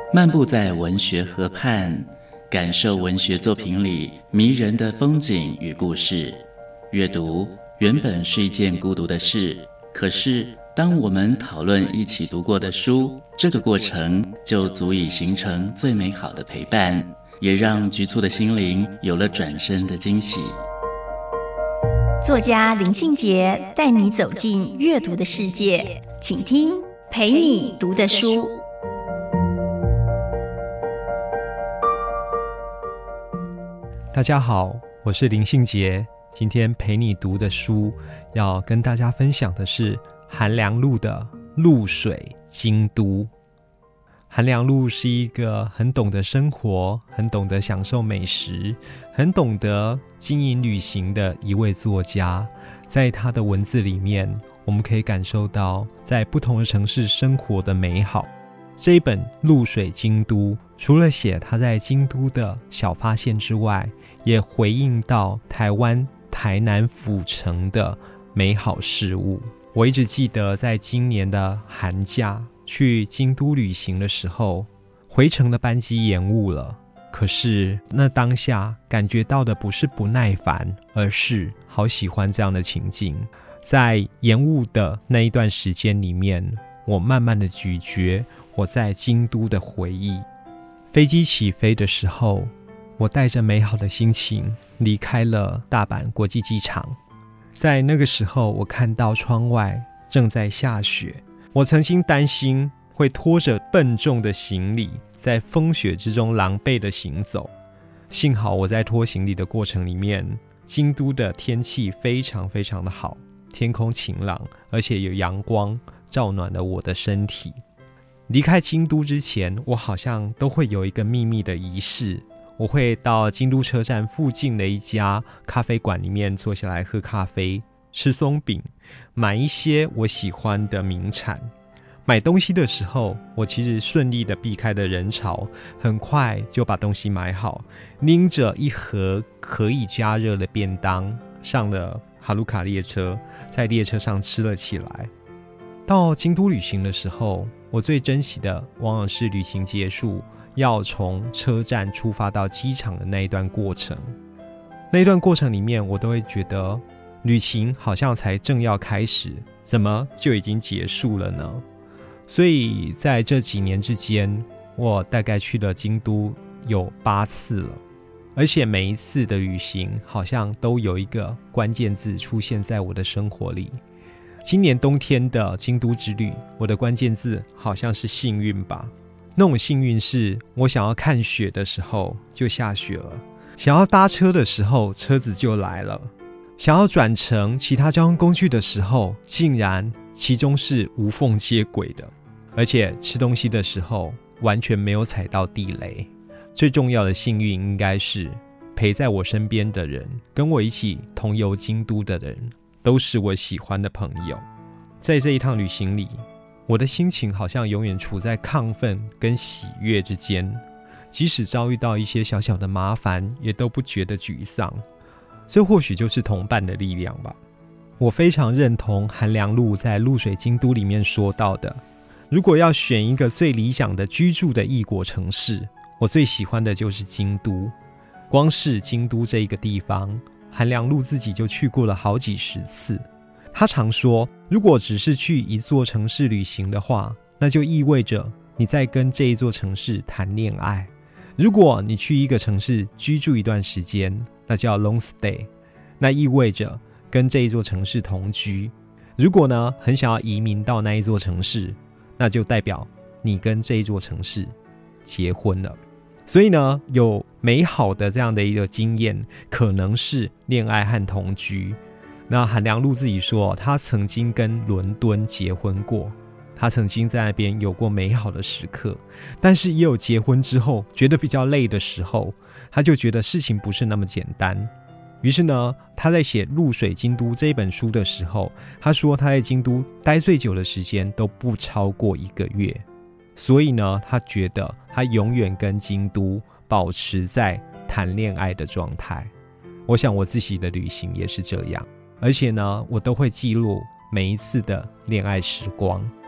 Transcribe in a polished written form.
漫步在文学河畔，感受文学作品里迷人的风景与故事。阅读原本是一件孤独的事，可是当我们讨论一起读过的书，这个过程就足以形成最美好的陪伴，也让局促的心灵有了转身的惊喜。 作家林信杰带你走进阅读的世界，请听陪你读的书。 大家好，我是林信杰。今天陪你读的书要跟大家分享的是韩良露的《露水京都》。韩良露是一个很懂得生活、很懂得享受美食、很懂得经营旅行的一位作家。在他的文字里面，我们可以感受到在不同的城市生活的美好。这一本《露水京都》除了写他在京都的小发现之外，也回应到台湾台南府城的美好事物。我一直记得在今年的寒假去京都旅行的时候，回程的班机延误了，可是那当下感觉到的不是不耐烦，而是好喜欢这样的情境。在延误的那一段时间里面，我慢慢的咀嚼我在京都的回忆。飞机起飞的时候，我带着美好的心情离开了大阪国际机场。在那个时候，我看到窗外正在下雪，我曾经担心会拖着笨重的行李在风雪之中狼狈的行走。幸好我在拖行李的过程里面，京都的天气非常非常的好，天空晴朗，而且有阳光照暖了我的身体。离开京都之前，我好像都会有一个秘密的仪式，我会到京都车站附近的一家咖啡馆里面坐下来喝咖啡，吃松饼，买一些我喜欢的名产。买东西的时候，我其实顺利的避开了人潮，很快就把东西买好，拎着一盒可以加热的便当上了哈鲁卡列车，在列车上吃了起来。到京都旅行的时候，我最珍惜的往往是旅行结束要从车站出发到机场的那一段过程。那一段过程里面，我都会觉得旅行好像才正要开始，怎么就已经结束了呢？所以在这几年之间，我大概去了京都有8次了，而且每一次的旅行好像都有一个关键字出现在我的生活里。今年冬天的京都之旅，我的关键字好像是幸运吧。那种幸运是我想要看雪的时候就下雪了，想要搭车的时候车子就来了，想要转乘其他交通工具的时候，竟然其中是无缝接轨的，而且吃东西的时候完全没有踩到地雷。最重要的幸运应该是陪在我身边的人，跟我一起同游京都的人都是我喜欢的朋友。在这一趟旅行里，我的心情好像永远处在亢奋跟喜悦之间，即使遭遇到一些小小的麻烦，也都不觉得沮丧。这或许就是同伴的力量吧。我非常认同韩良露在《露水京都》里面说到的，如果要选一个最理想的居住的异国城市，我最喜欢的就是京都。光是京都这一个地方，韩良露自己就去过了好几十次。他常说，如果只是去一座城市旅行的话，那就意味着你在跟这一座城市谈恋爱。如果你去一个城市居住一段时间，那叫 long stay， 那意味着跟这一座城市同居。如果呢，很想要移民到那一座城市，那就代表你跟这一座城市结婚了。所以呢，有美好的这样的一个经验，可能是恋爱和同居。那韩良露自己说，他曾经跟伦敦结婚过，他曾经在那边有过美好的时刻，但是也有结婚之后觉得比较累的时候，他就觉得事情不是那么简单。于是呢，他在写《露水京都》这本书的时候，他说他在京都待最久的时间都不超过1个月。所以呢，他觉得他永远跟京都保持在谈恋爱的状态。我想我自己的旅行也是这样，而且呢，我都会记录每一次的恋爱时光。